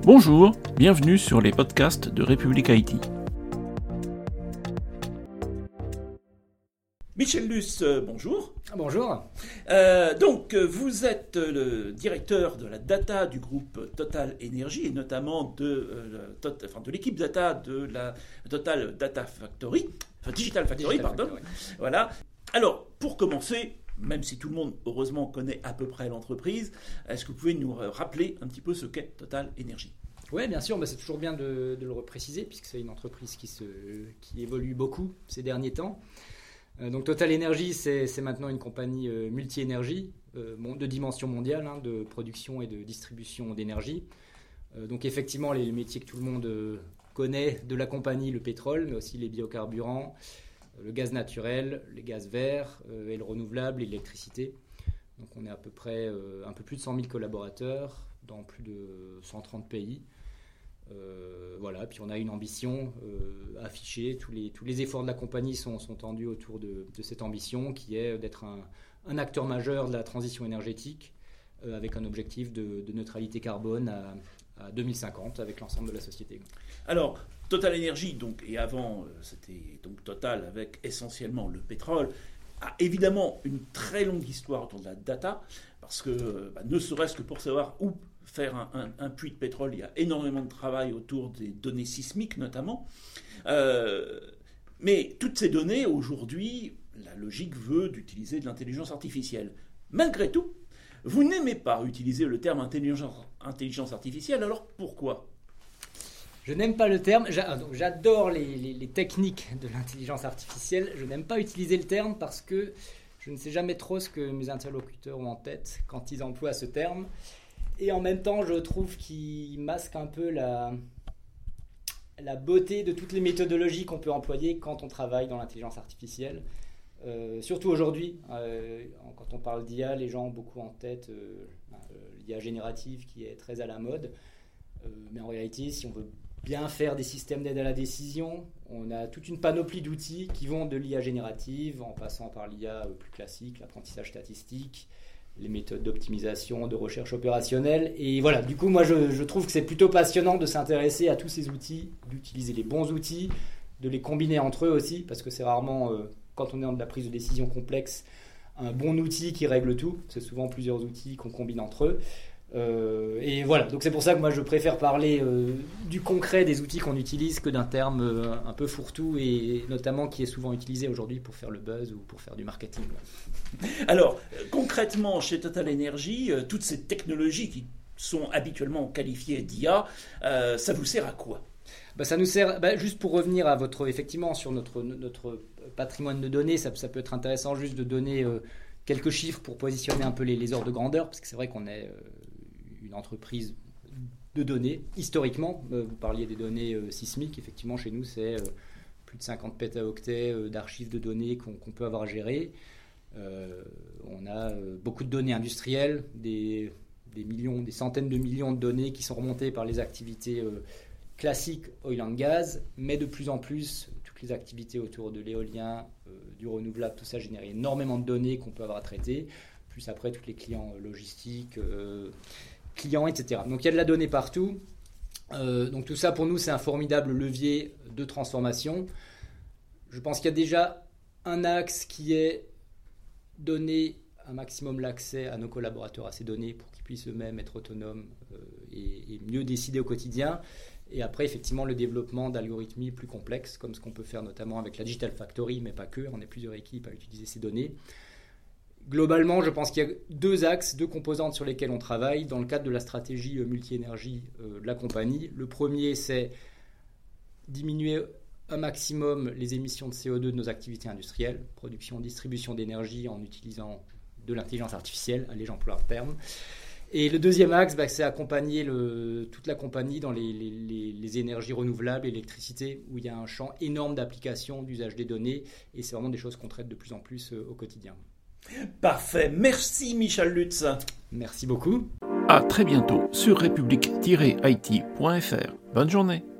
Bonjour, bienvenue sur les podcasts de République IT. Michel Luce, bonjour. Bonjour. Donc, vous êtes le directeur de la data du groupe Total Energy et notamment de l'équipe data de la Total Data Factory, Digital Factory. Voilà. Alors, pour commencer, même si tout le monde, heureusement, connaît à peu près l'entreprise, est-ce que vous pouvez nous rappeler un petit peu ce qu'est Total Energy ? Oui, bien sûr, c'est toujours bien de le repréciser puisque c'est une entreprise qui évolue beaucoup ces derniers temps. Donc Total Energy, c'est maintenant une compagnie multi-énergie de dimension mondiale, de production et de distribution d'énergie. Donc effectivement, les métiers que tout le monde connaît de la compagnie, le pétrole, mais aussi les biocarburants, le gaz naturel, les gaz verts et le renouvelable et l'électricité. Donc on est à peu près un peu plus de 100 000 collaborateurs dans plus de 130 pays. Voilà, puis on a une ambition affichée. Tous les efforts de la compagnie sont tendus autour de cette ambition qui est d'être un acteur majeur de la transition énergétique avec un objectif de neutralité carbone à 2050 avec l'ensemble de la société. Alors, Total Energy, donc, et avant c'était donc Total avec essentiellement le pétrole, a évidemment une très longue histoire autour de la data parce que ne serait-ce que pour savoir où faire un puits de pétrole, il y a énormément de travail autour des données sismiques notamment. Mais toutes ces données, aujourd'hui, la logique veut d'utiliser de l'intelligence artificielle. Malgré tout, vous n'aimez pas utiliser le terme intelligence artificielle, alors pourquoi ? Je n'aime pas le terme. J'adore les techniques de l'intelligence artificielle. Je n'aime pas utiliser le terme parce que je ne sais jamais trop ce que mes interlocuteurs ont en tête quand ils emploient ce terme. Et en même temps, je trouve qu'il masque un peu la beauté de toutes les méthodologies qu'on peut employer quand on travaille dans l'intelligence artificielle. Surtout aujourd'hui, quand on parle d'IA, les gens ont beaucoup en tête l'IA générative qui est très à la mode. Mais en réalité, si on veut bien faire des systèmes d'aide à la décision, on a toute une panoplie d'outils qui vont de l'IA générative en passant par l'IA plus classique, l'apprentissage statistique, les méthodes d'optimisation, de recherche opérationnelle. Et voilà, du coup, moi, je trouve que c'est plutôt passionnant de s'intéresser à tous ces outils, d'utiliser les bons outils, de les combiner entre eux aussi, parce que c'est rarement, quand on est dans de la prise de décision complexe, un bon outil qui règle tout. C'est souvent plusieurs outils qu'on combine entre eux. Et voilà, donc c'est pour ça que moi, je préfère parler du concret des outils qu'on utilise que d'un terme un peu fourre-tout et notamment qui est souvent utilisé aujourd'hui pour faire le buzz ou pour faire du marketing. Alors, concrètement, chez Total Energy, toutes ces technologies qui sont habituellement qualifiées d'IA, ça vous sert à quoi ? Ça nous sert, juste pour revenir à effectivement sur notre patrimoine de données, ça peut être intéressant juste de donner quelques chiffres pour positionner un peu les ordres de grandeur, parce que c'est vrai qu'on est une entreprise de données. Historiquement, vous parliez des données sismiques, effectivement chez nous c'est plus de 50 pétaoctets d'archives de données qu'on peut avoir à gérer. On a beaucoup de données industrielles, des centaines de millions de données qui sont remontées par les activités classiques oil and gas, mais de plus en plus, toutes les activités autour de l'éolien, du renouvelable, tout ça génère énormément de données qu'on peut avoir à traiter, plus après tous les clients logistiques, clients, etc. Donc il y a de la donnée partout. Donc tout ça pour nous c'est un formidable levier de transformation. Je pense qu'il y a déjà un axe qui est donner un maximum l'accès à nos collaborateurs à ces données pour qu'ils puissent eux-mêmes être autonomes et mieux décider au quotidien. Et après, effectivement, le développement d'algorithmes plus complexes, comme ce qu'on peut faire notamment avec la Digital Factory, mais pas que. On est plusieurs équipes à utiliser ces données. Globalement, je pense qu'il y a deux axes, deux composantes sur lesquelles on travaille dans le cadre de la stratégie multi-énergie de la compagnie. Le premier, c'est diminuer un maximum les émissions de CO2 de nos activités industrielles, production, distribution d'énergie en utilisant de l'intelligence artificielle, allez, j'emploie le terme. Et le deuxième axe, c'est accompagner toute la compagnie dans les énergies renouvelables, l'électricité, où il y a un champ énorme d'applications, d'usage des données, et c'est vraiment des choses qu'on traite de plus en plus au quotidien. Parfait, merci Michel Lutz. Merci beaucoup. À très bientôt sur république-it.fr. Bonne journée.